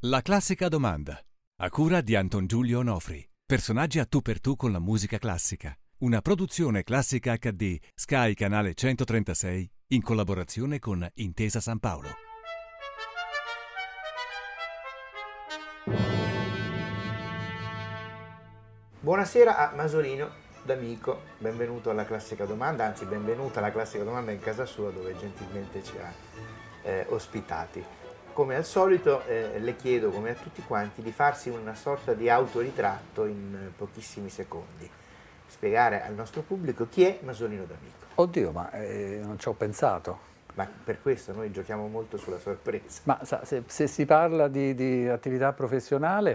La classica domanda, a cura di Anton Giulio Onofri. Personaggi a tu per tu con la musica classica. Una produzione Classica HD, Sky Canale 136, in collaborazione con Intesa San Paolo. Buonasera a Masolino D'Amico, benvenuto alla Classica Domanda, anzi benvenuta alla Classica Domanda in casa sua dove gentilmente ci ha ospitati. Come al solito le chiedo, come a tutti quanti, di farsi una sorta di autoritratto in pochissimi secondi. Spiegare al nostro pubblico chi è Masolino D'Amico. Oddio, ma non ci ho pensato. Ma per questo noi giochiamo molto sulla sorpresa. Ma se si parla di attività professionale,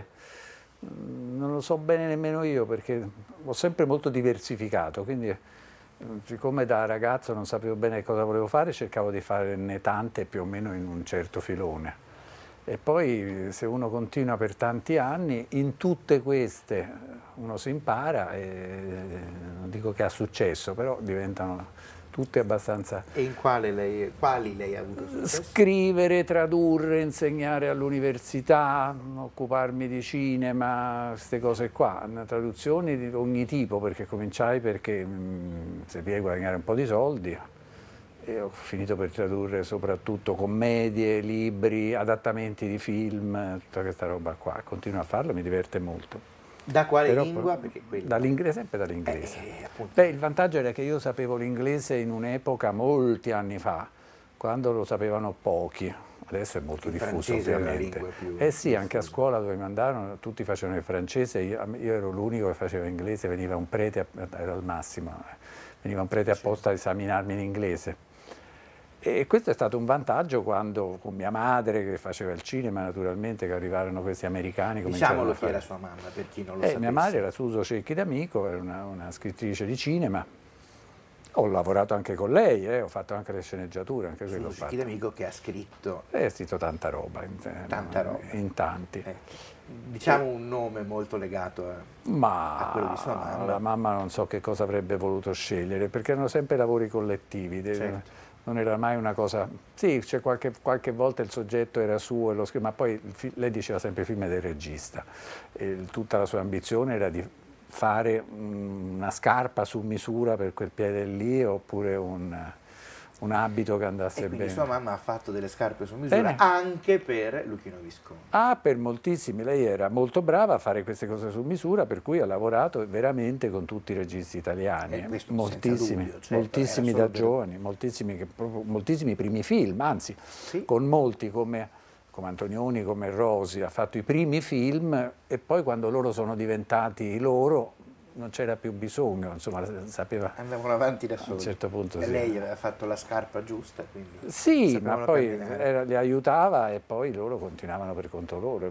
non lo so bene nemmeno io, perché ho sempre molto diversificato, quindi siccome da ragazzo non sapevo bene cosa volevo fare, cercavo di farne tante più o meno in un certo filone. E poi se uno continua per tanti anni, in tutte queste uno si impara e non dico che ha successo, però diventano tutte abbastanza... E in quali lei ha avuto successo? Scrivere, tradurre, insegnare all'università, occuparmi di cinema, queste cose qua, traduzioni di ogni tipo, perché cominciai perché serviva a guadagnare un po' di soldi e ho finito per tradurre soprattutto commedie, libri, adattamenti di film, tutta questa roba qua. Continuo a farlo, mi diverte molto. Da quale lingua? Perché dall'inglese, sempre dall'inglese. Beh, il vantaggio era che io sapevo l'inglese in un'epoca, molti anni fa, quando lo sapevano pochi. Adesso è molto diffuso, ovviamente. Sì, anche a scuola dove mi andarono, tutti facevano il francese, io ero l'unico che faceva inglese, veniva un prete, era al massimo, veniva un prete apposta a esaminarmi in inglese. E questo è stato un vantaggio quando con mia madre che faceva il cinema, naturalmente, che arrivarono questi americani. Diciamolo chi era sua mamma, per chi non lo sapesse. Mia madre era Suso Cecchi D'Amico, era una scrittrice di cinema. Ho lavorato anche con lei, ho fatto anche le sceneggiature, anche quello ho fatto. Cecchi D'Amico che ha scritto... Ha scritto tanta roba. In tanti. Diciamo un nome molto legato a quello di sua mamma. La mamma non so che cosa avrebbe voluto scegliere, perché erano sempre lavori collettivi. Certo. Non era mai una cosa... Sì, c'è qualche volta il soggetto era suo, ma poi lei diceva sempre il film è del regista. Tutta la sua ambizione era di fare una scarpa su misura per quel piede lì, oppure un abito che andasse bene. Sua mamma ha fatto delle scarpe su misura anche per Luchino Visconti. Per moltissimi. Lei era molto brava a fare queste cose su misura, per cui ha lavorato veramente con tutti i registi italiani. Moltissimi, dubbio, certo, moltissimi da giovani, moltissimi primi film, anzi, sì. Con molti come Antonioni, come Rosi, ha fatto i primi film e poi quando loro sono diventati loro, non c'era più bisogno, insomma, sapeva... Andavano avanti da soli. A un certo punto, e lei aveva fatto la scarpa giusta, quindi... Sì, ma poi li aiutava e poi loro continuavano per conto loro.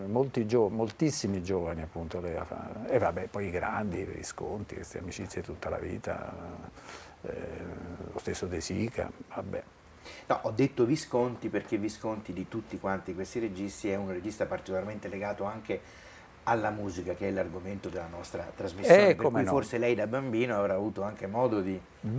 Moltissimi giovani, appunto, lei ha fatto. E vabbè, poi i grandi, i Visconti, queste amicizie tutta la vita, lo stesso De Sica, vabbè. No, ho detto Visconti perché Visconti di tutti quanti questi registi è un regista particolarmente legato anche alla musica, che è l'argomento della nostra trasmissione, per cui forse lei da bambino avrà avuto anche modo di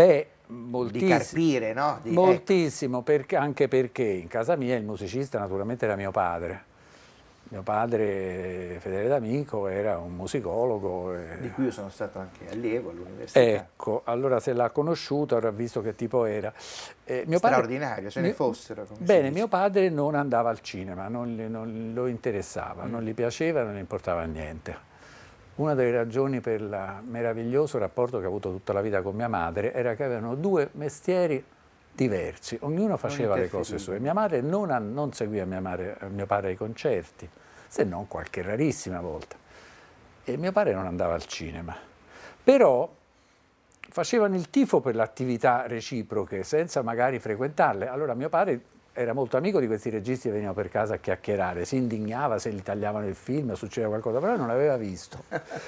carpire, no? Moltissimo, anche perché in casa mia il musicista naturalmente era mio padre. Mio padre, Fedele D'Amico, era un musicologo. Di cui io sono stato anche allievo all'università. Ecco, allora se l'ha conosciuto avrà visto che tipo era. Straordinario, se ne fossero. Bene, mio padre non andava al cinema, non lo interessava, non gli piaceva, non gli importava niente. Una delle ragioni per il meraviglioso rapporto che ho avuto tutta la vita con mia madre era che avevano due mestieri diversi, ognuno faceva le cose sue. Mia madre non seguiva mio padre ai concerti, se non qualche rarissima volta. E mio padre non andava al cinema. Però facevano il tifo per le attività reciproche, senza magari frequentarle. Allora mio padre era molto amico di questi registi che venivano per casa a chiacchierare, si indignava se gli tagliavano il film, succedeva qualcosa, però non l'aveva visto.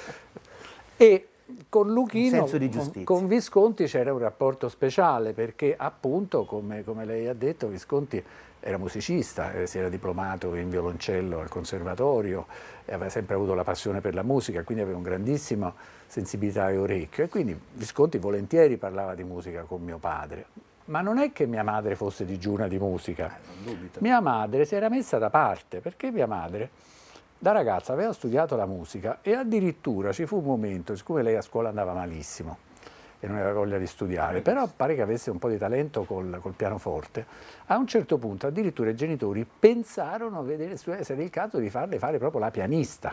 E con Luchino, con Visconti c'era un rapporto speciale perché appunto, come lei ha detto, Visconti era musicista, si era diplomato in violoncello al conservatorio e aveva sempre avuto la passione per la musica, quindi aveva un grandissima sensibilità e orecchio e quindi Visconti volentieri parlava di musica con mio padre. ma non è che mia madre fosse digiuna di musica. Non dubito. Mia madre si era messa da parte, perché mia madre da ragazza aveva studiato la musica e addirittura ci fu un momento, siccome lei a scuola andava malissimo e non aveva voglia di studiare, però pare che avesse un po' di talento col pianoforte, a un certo punto addirittura i genitori pensarono vedere su essere il caso di farle fare proprio la pianista.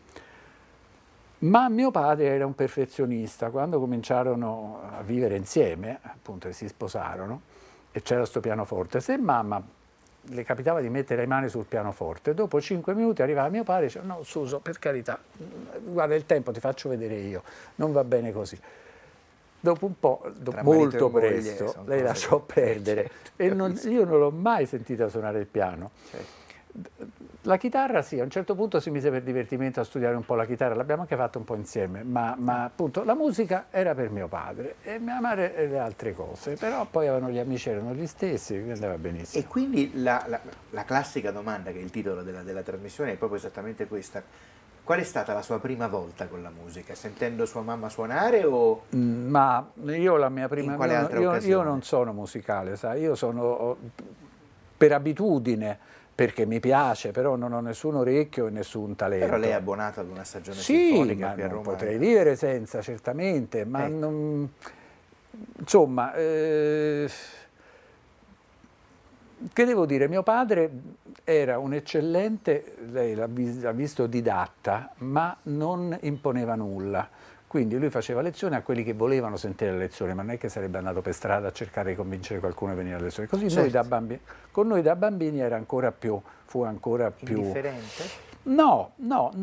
Ma mio padre era un perfezionista. Quando cominciarono a vivere insieme, appunto, e si sposarono, e c'era sto pianoforte, se mamma le capitava di mettere le mani sul pianoforte, dopo 5 minuti arrivava mio padre e diceva: no, Suso, per carità, guarda il tempo, ti faccio vedere io, non va bene così. Dopo un po', molto presto, lei lasciò perdere, e io non l'ho mai sentita suonare il piano. Certo. La chitarra sì, a un certo punto si mise per divertimento a studiare un po' la chitarra, l'abbiamo anche fatto un po' insieme, ma appunto la musica era per mio padre e mia madre le altre cose, però poi gli amici erano gli stessi, quindi andava benissimo. E quindi la classica domanda, che è il titolo della trasmissione, è proprio esattamente questa. Qual è stata la sua prima volta con la musica? Sentendo sua mamma suonare o... Ma io la mia prima... In quale altra occasione? Io non sono musicale, sai, io sono per abitudine, perché mi piace, però non ho nessun orecchio e nessun talento. Però lei è abbonata ad una stagione sì, sinfonica ma qui a non Roma. potrei vivere senza, certamente, ma non... Insomma, che devo dire, mio padre era un eccellente, lei l'ha visto, didatta, ma non imponeva nulla. Quindi lui faceva lezioni a quelli che volevano sentire la lezione, ma non è che sarebbe andato per strada a cercare di convincere qualcuno a venire alle lezioni. Così Certo. con noi da bambini era ancora più, fu ancora più... Indifferente? No,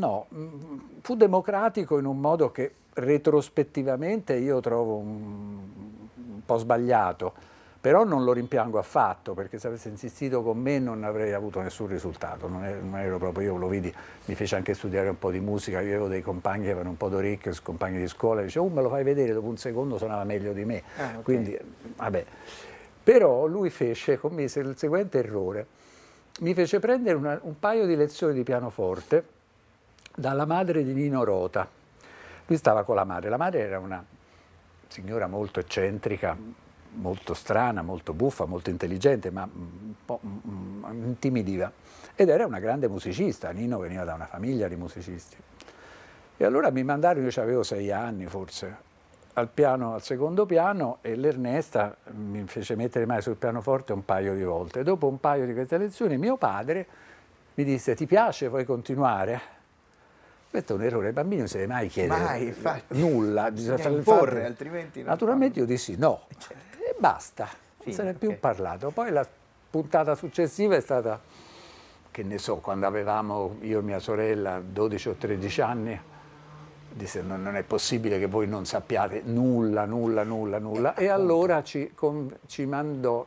fu democratico in un modo che retrospettivamente io trovo un po' sbagliato. Però non lo rimpiango affatto, perché se avesse insistito con me non avrei avuto nessun risultato, non ero proprio io, lo vidi, mi fece anche studiare un po' di musica, io avevo dei compagni che avevano un po' d'orecchio, compagni di scuola, dicevo, me lo fai vedere, dopo un secondo suonava meglio di me, Okay. Quindi, vabbè. Però lui commise il seguente errore, mi fece prendere un paio di lezioni di pianoforte dalla madre di Nino Rota. Lui stava con la madre era una signora molto eccentrica, molto strana, molto buffa, molto intelligente, ma un po' intimidiva. Ed era una grande musicista, Nino veniva da una famiglia di musicisti. E allora mi mandarono, io avevo 6 anni forse, al secondo piano, e l'Ernesta mi fece mettere mai sul pianoforte un paio di volte. Dopo un paio di queste lezioni mio padre mi disse: ti piace, vuoi continuare? Questo è un errore, i bambini non si deve mai chiedere nulla, bisogna imporre, altrimenti non naturalmente io dissi no, e basta, non se ne è più parlato. Poi la puntata successiva è stata, che ne so, quando avevamo io e mia sorella 12 o 13 anni, disse non è possibile che voi non sappiate nulla, e allora ci mandò,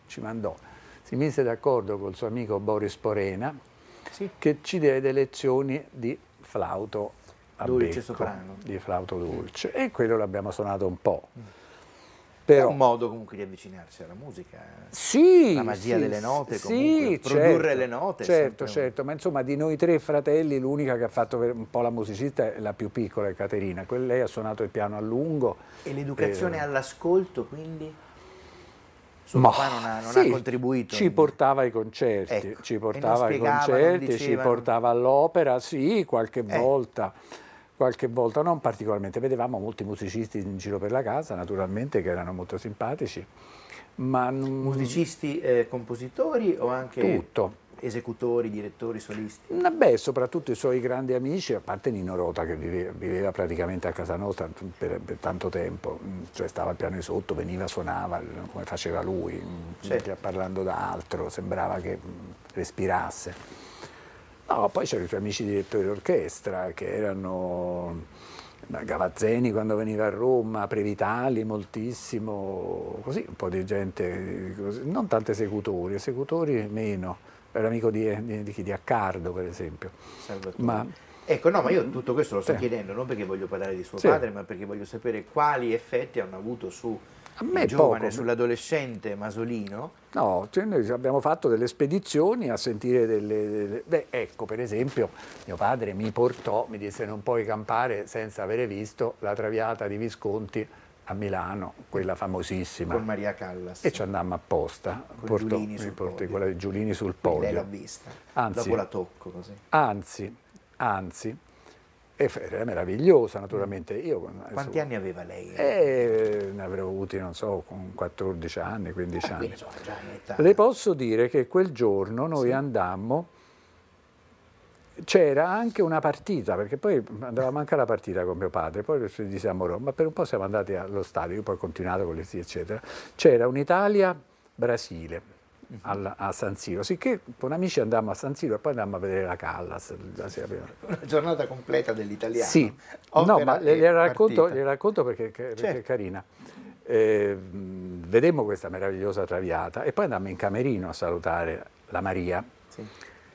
si mise d'accordo col suo amico Boris Porena, che ci diede lezioni di flauto a dolce becco, soprano, di flauto dolce, e quello l'abbiamo suonato un po'. Però, è un modo comunque di avvicinarsi alla musica, la magia delle note, comunque, produrre le note. Certo, ma insomma di noi 3 fratelli l'unica che ha fatto un po' la musicista è la più piccola, è Caterina, lei ha suonato il piano a lungo. E l'educazione all'ascolto, quindi? Suo papà non ha contribuito? Ci portava ai concerti, ci portava all'opera, qualche volta, non particolarmente. Vedevamo molti musicisti in giro per la casa, naturalmente, che erano molto simpatici. Ma musicisti, compositori o anche tutto. Esecutori, direttori, solisti? Beh, soprattutto i suoi grandi amici, a parte Nino Rota che viveva praticamente a casa nostra per tanto tempo, cioè stava al piano di sotto, veniva, suonava come faceva lui, parlando d'altro, sembrava che respirasse. No, poi c'erano i suoi amici direttori d'orchestra che erano Gavazzeni quando veniva a Roma, Previtali moltissimo, così un po' di gente, non tanti esecutori meno. Era amico di Accardo, per esempio. Ecco, no, ma io tutto questo lo sto chiedendo non perché voglio parlare di suo padre, ma perché voglio sapere quali effetti hanno avuto su il giovane, sull'adolescente Masolino. No, noi abbiamo fatto delle spedizioni a sentire Beh, ecco, per esempio, mio padre mi disse non puoi campare senza avere visto la Traviata di Visconti a Milano, quella famosissima. Con Maria Callas. E ci andammo apposta. Con Giulini sul portò podio. quella di Giulini sul podio. Lei l'ha vista. Anzi, dopo la tocco così. Anzi, era meravigliosa naturalmente. Quanti anni aveva lei? Ne avrò avuti, non so, con 14 anni, 15 anni. Quindi, insomma, già in età. Le posso dire che quel giorno noi andammo, c'era anche una partita, perché poi andavamo anche alla partita con mio padre, poi ci disamorò, ma per un po' siamo andati allo stadio, io poi ho continuato con le sì, eccetera. C'era un'Italia-Brasile a San Siro, sicché con amici andammo a San Siro e poi andammo a vedere la Callas. Una giornata completa dell'italiano. Sì, no, ma le racconto perché è carina. Vedemmo questa meravigliosa traviata e poi andammo in camerino a salutare la Maria. Sì.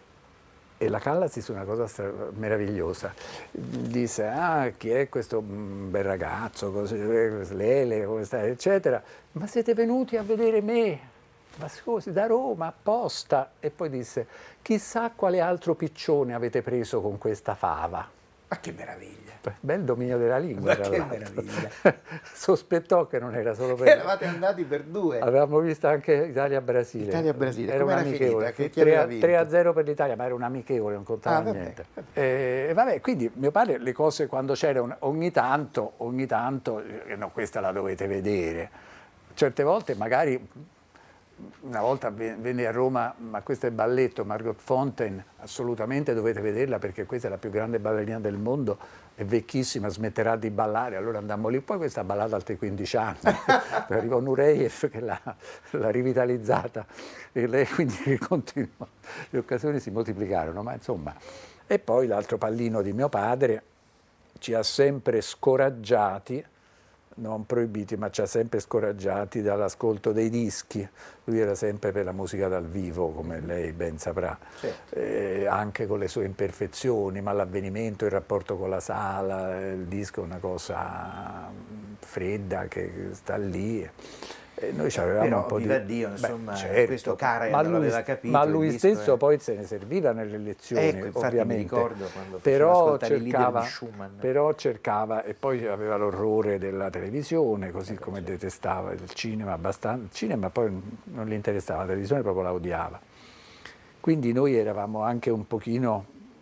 E la Callas disse una cosa meravigliosa, disse: ah, chi è questo bel ragazzo, così, Lele, come stai, eccetera, ma siete venuti a vedere me, ma scusi, da Roma apposta? E poi disse: chissà quale altro piccione avete preso con questa fava. Ma che meraviglia! Bel dominio della lingua. Ma che meraviglia! Sospettò che non era solo per... Eravate andati per due. Avevamo visto anche Italia-Brasile. Italia-Brasile, era un amichevole. 3-0 per l'Italia, ma era un amichevole, non contava niente. Vabbè, quindi mio padre le cose quando c'era ogni tanto, no, questa la dovete vedere. Certe volte magari... Una volta venne a Roma, ma questo è balletto, Margot Fonteyn, assolutamente dovete vederla perché questa è la più grande ballerina del mondo, è vecchissima, smetterà di ballare, allora andammo lì, poi questa ha ballato altri 15 anni, arrivò Nureyev che l'ha rivitalizzata e lei quindi continuò, le occasioni si moltiplicarono, ma insomma. E poi l'altro pallino di mio padre ci ha sempre scoraggiati, non proibiti, ma ci ha sempre scoraggiati dall'ascolto dei dischi. Lui era sempre per la musica dal vivo, come lei ben saprà, anche con le sue imperfezioni, ma l'avvenimento, il rapporto con la sala, il disco è una cosa fredda che sta lì. E noi ci avevamo però, un po' viva Dio, insomma, certo, questo Karajan l'aveva capito. Ma lui stesso poi se ne serviva nelle lezioni, infatti ovviamente. Mi ricordo quando però cercava, e poi aveva l'orrore della televisione, così come detestava il cinema abbastanza. Il cinema poi non gli interessava, la televisione proprio la odiava. Quindi noi eravamo anche un pochino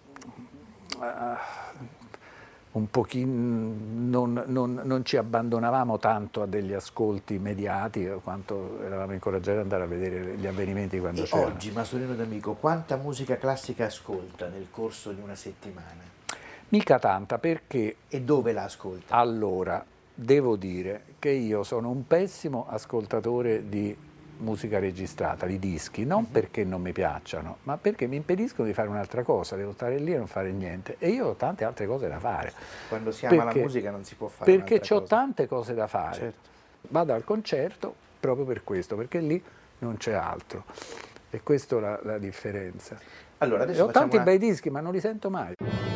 non ci abbandonavamo tanto a degli ascolti immediati quanto eravamo incoraggiati ad andare a vedere gli avvenimenti quando c'erano. Oggi, Masolino D'Amico, quanta musica classica ascolta nel corso di una settimana? Mica tanta, perché... E dove la ascolta? Allora, devo dire che io sono un pessimo ascoltatore di musica registrata, di dischi, non perché non mi piacciono, ma perché mi impediscono di fare un'altra cosa, devo stare lì e non fare niente. E io ho tante altre cose da fare. Quando si ama la musica non si può fare perché ho tante cose da fare. Certo. Vado al concerto proprio per questo, perché lì non c'è altro. E questa è la differenza. Allora, adesso ho tanti bei dischi, ma non li sento mai.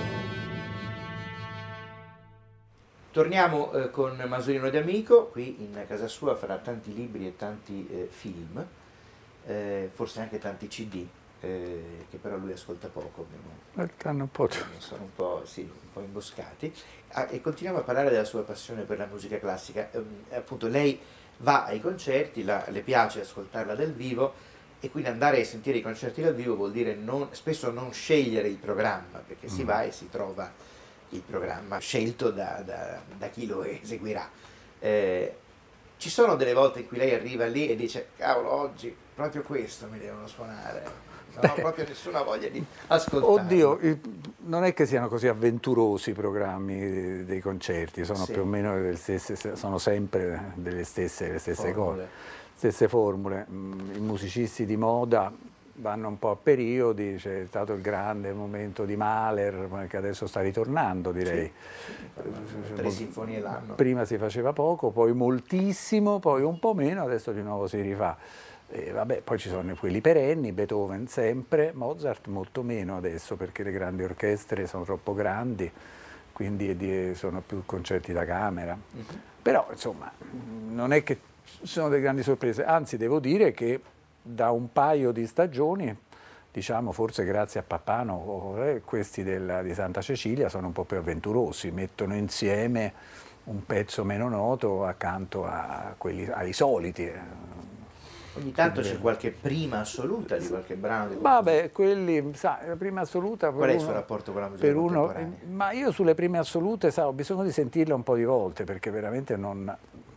Torniamo con Masolino D'Amico, qui in casa sua farà tanti libri e tanti film, forse anche tanti CD, che però lui ascolta poco. Hanno un po'. Sono un po' imboscati. E continuiamo a parlare della sua passione per la musica classica. Appunto, lei va ai concerti, le piace ascoltarla dal vivo, e quindi andare a sentire i concerti dal vivo vuol dire spesso non scegliere il programma, perché si va e si trova il programma scelto da chi lo eseguirà. Ci sono delle volte in cui lei arriva lì e dice: cavolo, oggi proprio questo mi devono suonare, non ho proprio nessuna voglia di ascoltare. Oddio, non è che siano così avventurosi i programmi dei concerti, sono più o meno delle stesse, sono sempre delle stesse cose, stesse formule. I musicisti di moda vanno un po' a periodi, c'è stato il grande momento di Mahler, che adesso sta ritornando, direi. Sì, 3 sinfonie l'anno. Prima si faceva poco, poi moltissimo, poi un po' meno, adesso di nuovo si rifà. E vabbè, poi ci sono quelli perenni, Beethoven sempre, Mozart molto meno adesso, perché le grandi orchestre sono troppo grandi, quindi sono più concerti da camera. Però, insomma, non è che ci sono delle grandi sorprese, anzi devo dire che da un paio di stagioni, diciamo forse grazie a Pappano, questi di Santa Cecilia sono un po' più avventurosi, mettono insieme un pezzo meno noto accanto ai soliti. Ogni tanto c'è qualche prima assoluta di qualche brano? Vabbè, quelli, sai, la prima assoluta... Qual è il suo rapporto con la musica contemporanea? Ma io sulle prime assolute, ho bisogno di sentirle un po' di volte, perché veramente non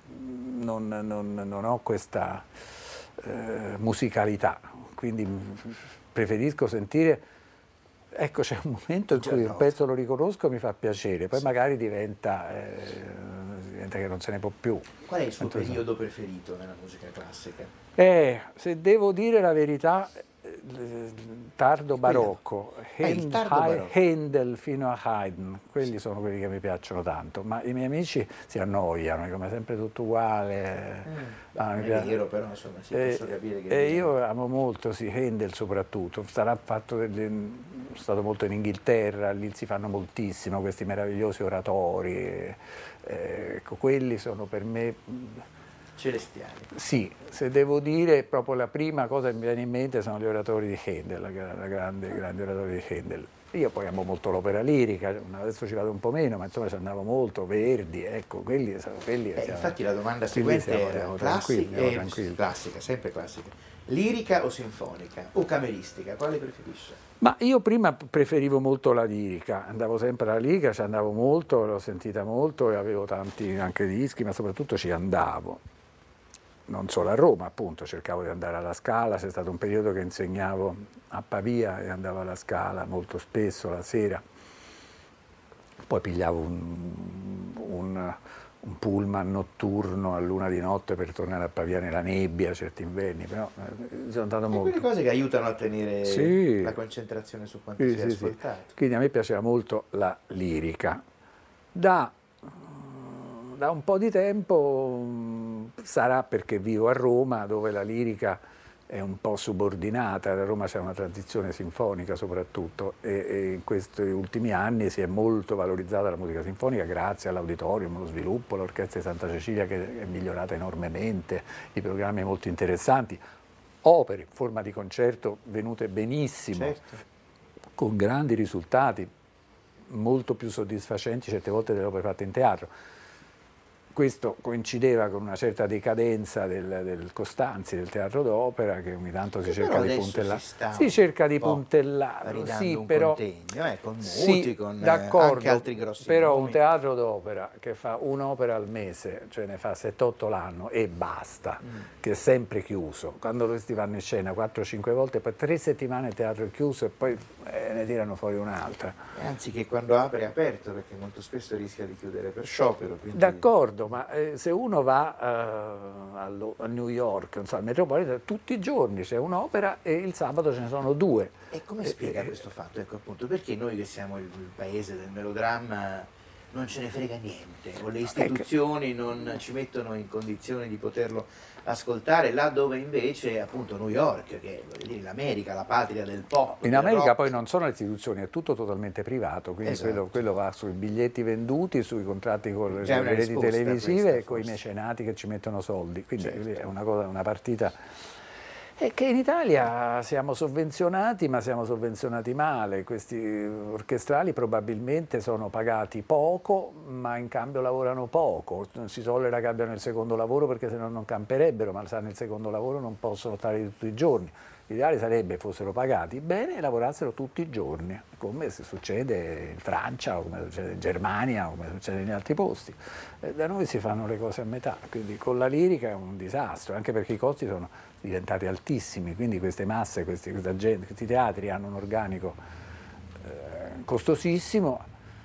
ho questa musicalità, quindi preferisco sentire... Ecco, c'è un momento in cui un pezzo lo riconosco e mi fa piacere, poi magari diventa che non se ne può più. Qual è il suo periodo preferito nella musica classica? Se devo dire la verità, tardo barocco, Handel fino a Haydn, quelli sono quelli che mi piacciono tanto, ma i miei amici si annoiano, come sempre tutto uguale. È vero, però insomma si posso capire che... io amo molto, Handel soprattutto, sarà stato molto in Inghilterra, lì si fanno moltissimo questi meravigliosi oratori, ecco, quelli sono per me... celestiali. Sì, se devo dire proprio la prima cosa che mi viene in mente sono gli oratori di Handel, la grande oratori di Handel. Io poi amo molto l'opera lirica, adesso ci vado un po' meno, ma insomma ci andavo molto, Verdi, ecco, quelli infatti la domanda seguente era classica, sempre classica. Lirica o sinfonica o cameristica, quale preferisce? Ma io prima preferivo molto la lirica, andavo sempre alla lirica, ci andavo molto, l'ho sentita molto e avevo tanti anche dischi, ma soprattutto ci andavo. Non solo a Roma, appunto, cercavo di andare alla Scala, c'è stato un periodo che insegnavo a Pavia e andavo alla Scala molto spesso la sera, poi pigliavo un pullman notturno a luna di notte per tornare a Pavia nella nebbia certi inverni, però sono andato molto. Quelle cose che aiutano a tenere la concentrazione su quanto si è ascoltato. Sì. Quindi a me piaceva molto la lirica. Da un po' di tempo, sarà perché vivo a Roma, dove la lirica è un po' subordinata, a Roma c'è una tradizione sinfonica soprattutto e in questi ultimi anni si è molto valorizzata la musica sinfonica grazie all'auditorium, allo sviluppo, l'Orchestra di Santa Cecilia che è migliorata enormemente, i programmi molto interessanti, opere in forma di concerto venute benissimo, certo, con grandi risultati, molto più soddisfacenti certe volte delle opere fatte in teatro. Questo coincideva con una certa decadenza del Costanzi, del teatro d'opera, che ogni tanto si cerca di puntellare. Si cerca di puntellare, sì, però con Muti, con anche altri grossi però nomi. Un teatro d'opera che fa un'opera al mese, cioè ne fa 7-8 l'anno e basta, che è sempre chiuso. Quando questi vanno in scena 4-5 volte, poi 3 settimane il teatro è chiuso e poi ne tirano fuori un'altra. Anzi che quando apre è aperto, perché molto spesso rischia di chiudere per sciopero. Quindi... D'accordo. Ma se uno va a New York, insomma, al Metropolitan, tutti i giorni c'è un'opera e il sabato ce ne sono 2. E come spiega questo fatto? Ecco appunto, perché noi che siamo il paese del melodramma non ce ne frega niente, o le istituzioni non ci mettono in condizioni di poterlo ascoltare, là dove invece appunto New York, che voglio dire l'America, la patria del pop. In America poi non sono le istituzioni, è tutto totalmente privato, quindi quello va sui biglietti venduti, sui contratti con le reti televisive e con i mecenati che ci mettono soldi, quindi è una partita. È che in Italia siamo sovvenzionati, ma siamo sovvenzionati male. Questi orchestrali probabilmente sono pagati poco, ma in cambio lavorano poco. Non si tollera che abbiano il secondo lavoro perché se no non camperebbero, ma sanno il secondo lavoro non possono stare tutti i giorni. L'ideale sarebbe fossero pagati bene e lavorassero tutti i giorni, come succede in Francia, o come succede in Germania, o come succede in altri posti. Da noi si fanno le cose a metà, quindi con la lirica è un disastro, anche perché i costi sono diventati altissimi, quindi queste masse, questi teatri hanno un organico costosissimo,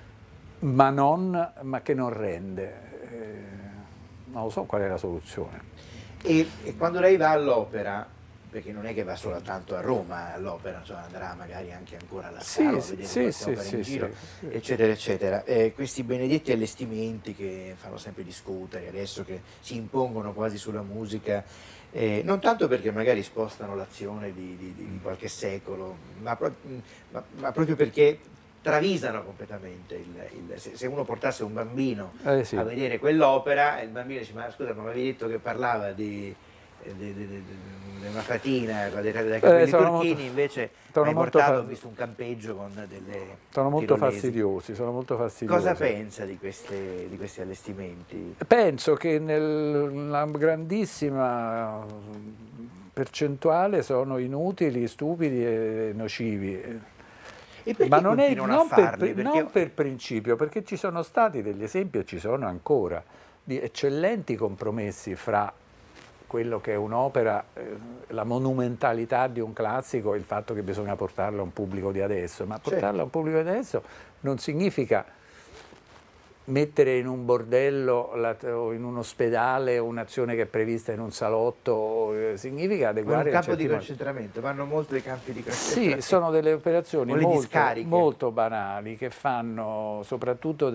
ma che non rende. Non lo so qual è la soluzione. E quando lei va all'opera, perché non è che va soltanto a Roma all'opera, insomma, andrà magari anche ancora alla Scala, a vedere qualche opera in giro, eccetera, eccetera. Questi benedetti allestimenti che fanno sempre discutere, adesso che si impongono quasi sulla musica, non tanto perché magari spostano l'azione di qualche secolo, ma proprio perché travisano completamente se uno portasse un bambino a vedere quell'opera, il bambino dice: ma scusa, ma mi avevi detto che parlava di una fatina dai capelli turchini, invece hai portato, ho visto un campeggio con delle sono molto tirolesi. fastidiosi. Cosa pensa di questi allestimenti? Penso che nella grandissima percentuale sono inutili, stupidi e nocivi. E perché Ma non continuano a farli? non per principio, perché ci sono stati degli esempi e ci sono ancora di eccellenti compromessi fra quello che è un'opera, la monumentalità di un classico e il fatto che bisogna portarlo a un pubblico di adesso, ma portarlo a un pubblico di adesso non significa mettere in un bordello o in un ospedale un'azione che è prevista in un salotto, significa adeguare un campo di concentramento, vanno molto i campi di concentramento. Sì, sono delle operazioni molto, molto banali che fanno soprattutto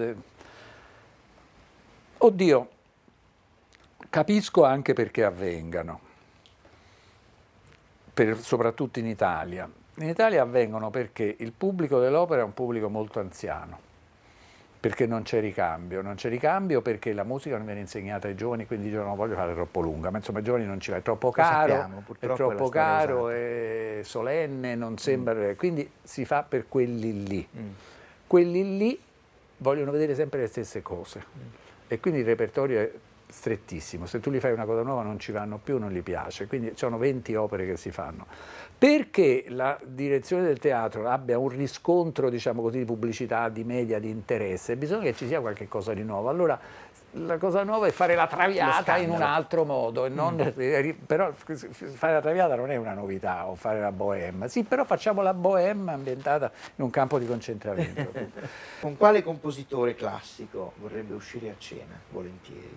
Oddio, capisco anche perché avvengano, soprattutto in Italia. In Italia avvengono perché il pubblico dell'opera è un pubblico molto anziano, perché non c'è ricambio perché la musica non viene insegnata ai giovani, quindi io non voglio fare troppo lunga, ma insomma ai giovani non ci va, è troppo caro, è solenne, non sembra, quindi si fa per quelli lì. Quelli lì vogliono vedere sempre le stesse cose e quindi il repertorio è strettissimo, se tu gli fai una cosa nuova non ci vanno più, non gli piace, quindi ci sono 20 opere che si fanno. Perché la direzione del teatro abbia un riscontro, diciamo così, di pubblicità, di media, di interesse, bisogna che ci sia qualche cosa di nuovo. Allora la cosa nuova è fare la Traviata in un altro modo, e non, però fare la Traviata non è una novità, o fare la Bohème. Sì, però facciamo la Bohème ambientata in un campo di concentramento. Con quale compositore classico vorrebbe uscire a cena, volentieri?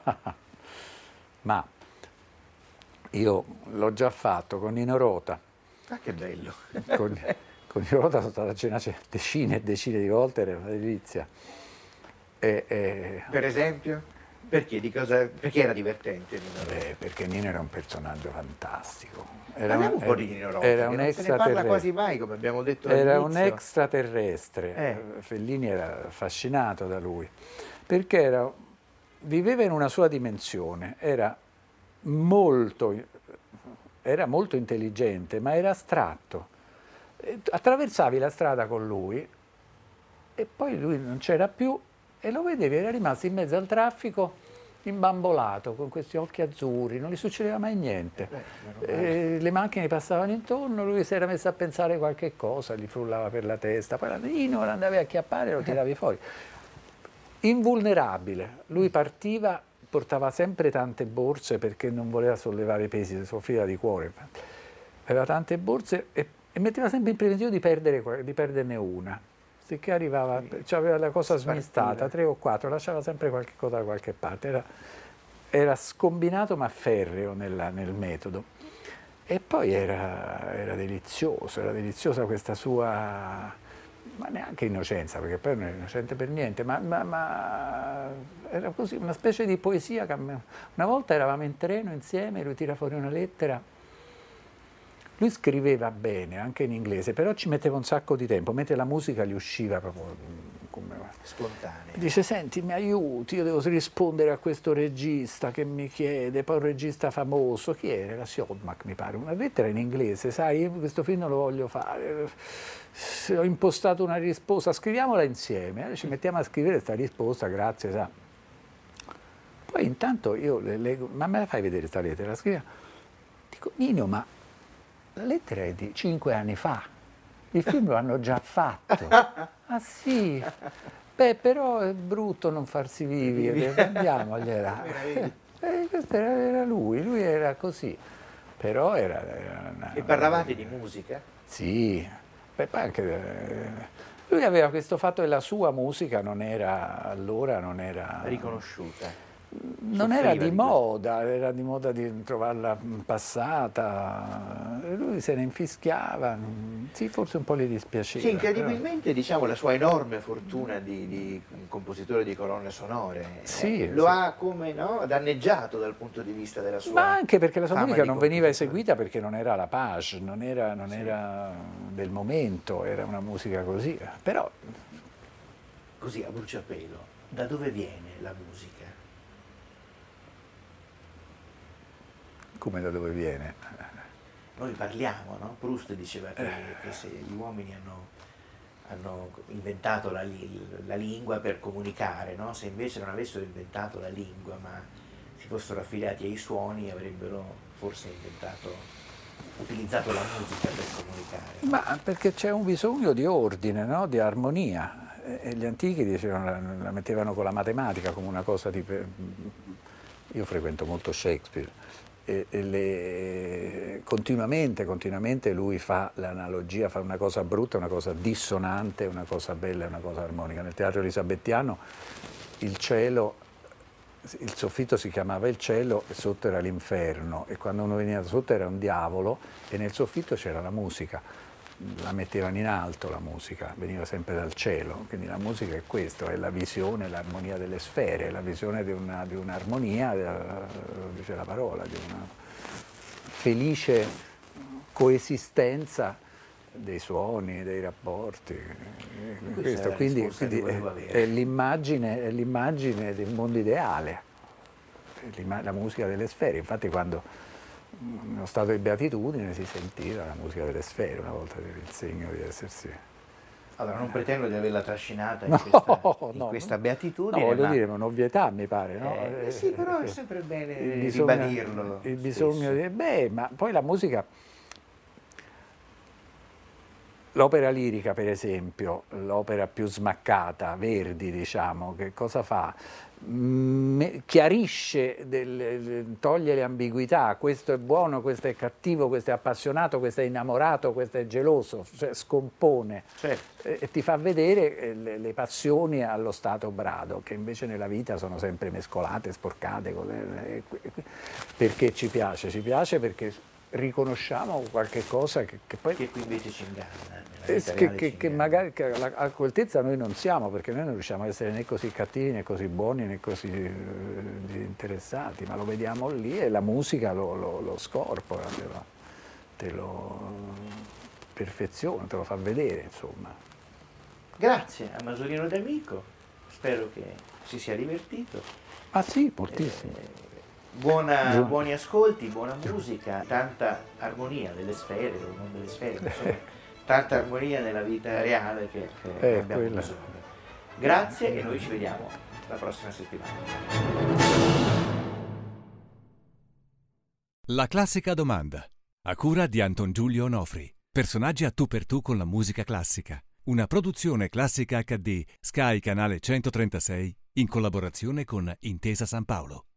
Ma io l'ho già fatto con Nino Rota. Ah, che bello! Con Nino Rota sono stato a cena decine e decine di volte, era una delizia. Per esempio? Perché era divertente Nino Rota? Perché Nino era un personaggio fantastico. Parliamo un po' di Nino Rota, era un non se ne parla quasi mai, come abbiamo detto all'inizio. Era un extraterrestre. Fellini era affascinato da lui, perché viveva in una sua dimensione, era molto intelligente, ma era astratto. Attraversavi la strada con lui e poi lui non c'era più e lo vedevi, era rimasto in mezzo al traffico imbambolato con questi occhi azzurri, non gli succedeva mai niente. Le macchine passavano intorno, lui si era messo a pensare qualche cosa, gli frullava per la testa, poi Nino lo andavi a acchiappare e lo tiravi fuori. Invulnerabile, lui partiva, portava sempre tante borse perché non voleva sollevare i pesi, soffriva di cuore, aveva tante borse e metteva sempre in preventivo di perderne una, sicché arrivava, aveva la cosa smistata, 3 o 4, lasciava sempre qualche cosa da qualche parte, era scombinato ma ferreo nel metodo. E poi era deliziosa questa sua... ma neanche innocenza, perché poi non è innocente per niente, ma era così, una specie di poesia. Una volta eravamo in treno insieme, lui tira fuori una lettera, lui scriveva bene, anche in inglese, però ci metteva un sacco di tempo, mentre la musica gli usciva proprio come... spontanea. Dice, senti, mi aiuti, io devo rispondere a questo regista che mi chiede, poi un regista famoso, chi era? La Siodmak, mi pare, una lettera in inglese, sai, io questo film non lo voglio fare, ho impostato una risposta, scriviamola insieme, ci mettiamo a scrivere questa risposta, grazie, sa. Poi intanto io le leggo, ma me la fai vedere questa lettera? La scriviamo. Dico, Nino, ma la lettera è di 5 anni fa, il film lo hanno già fatto. Ah sì, beh però è brutto non farsi vivi, andiamogliela. Questo era lui era così, però era E parlavate di musica? Sì, beh, poi anche, lui aveva questo fatto che la sua musica non era riconosciuta. Non era di moda, era di moda di trovarla passata, lui se ne infischiava, sì, forse un po' gli dispiaceva. Sì, incredibilmente, diciamo, la sua enorme fortuna di compositore di colonne sonore lo ha come danneggiato dal punto di vista della sua... Ma anche perché la sua musica non veniva eseguita perché non era la page, non era del momento, era una musica così, però... Così, a bruciapelo, da dove viene la musica? Come da dove viene? Noi parliamo, no? Proust diceva che se gli uomini hanno inventato la lingua per comunicare, no? Se invece non avessero inventato la lingua ma si fossero affiliati ai suoni avrebbero forse utilizzato la musica per comunicare. Ma perché c'è un bisogno di ordine, no? Di armonia. E gli antichi dicevano, la mettevano con la matematica come una cosa di... Io frequento molto Shakespeare e continuamente lui fa l'analogia, fa una cosa brutta, una cosa dissonante, una cosa bella e una cosa armonica. Nel teatro elisabettiano il soffitto si chiamava il cielo e sotto era l'inferno, e quando uno veniva sotto era un diavolo e nel soffitto c'era la musica. La mettevano in alto la musica, veniva sempre dal cielo, quindi la musica è questo, è la visione, l'armonia delle sfere, la visione di un'armonia, dice la parola, di una felice coesistenza dei suoni, dei rapporti. Questo, quindi è l'immagine del mondo ideale, la musica delle sfere. Infatti quando nello stato di beatitudine si sentiva la musica delle sfere una volta per il segno di essersi. Allora, non pretendo di averla trascinata in questa beatitudine. No, voglio dire, è un'ovvietà, mi pare, no? Sì, però è sempre bene ribadirlo. Il bisogno di... ma poi la musica... L'opera lirica, per esempio, l'opera più smaccata, Verdi, diciamo, che cosa fa? Chiarisce, toglie le ambiguità, questo è buono, questo è cattivo, questo è appassionato, questo è innamorato, questo è geloso, cioè scompone. Certo. E ti fa vedere le passioni allo stato brado, che invece nella vita sono sempre mescolate, sporcate, perché ci piace perché riconosciamo qualche cosa che poi... Che qui invece ci inganna. Che magari a quell'altezza noi non siamo, perché noi non riusciamo a essere né così cattivi, né così buoni, né così interessati, ma lo vediamo lì e la musica lo scorpora, te lo perfeziona, te lo fa vedere, insomma. Grazie a Masolino D'Amico, spero che si sia divertito. Ah sì, moltissimo. Buoni ascolti, buona musica, tanta armonia delle sfere, del mondo delle sfere, insomma, tanta armonia nella vita reale che abbiamo bisogno. Grazie e noi ci vediamo la prossima settimana. La classica domanda, a cura di Anton Giulio Onofri. Personaggi a tu per tu con la musica classica. Una produzione Classica HD, Sky Canale 136, in collaborazione con Intesa San Paolo.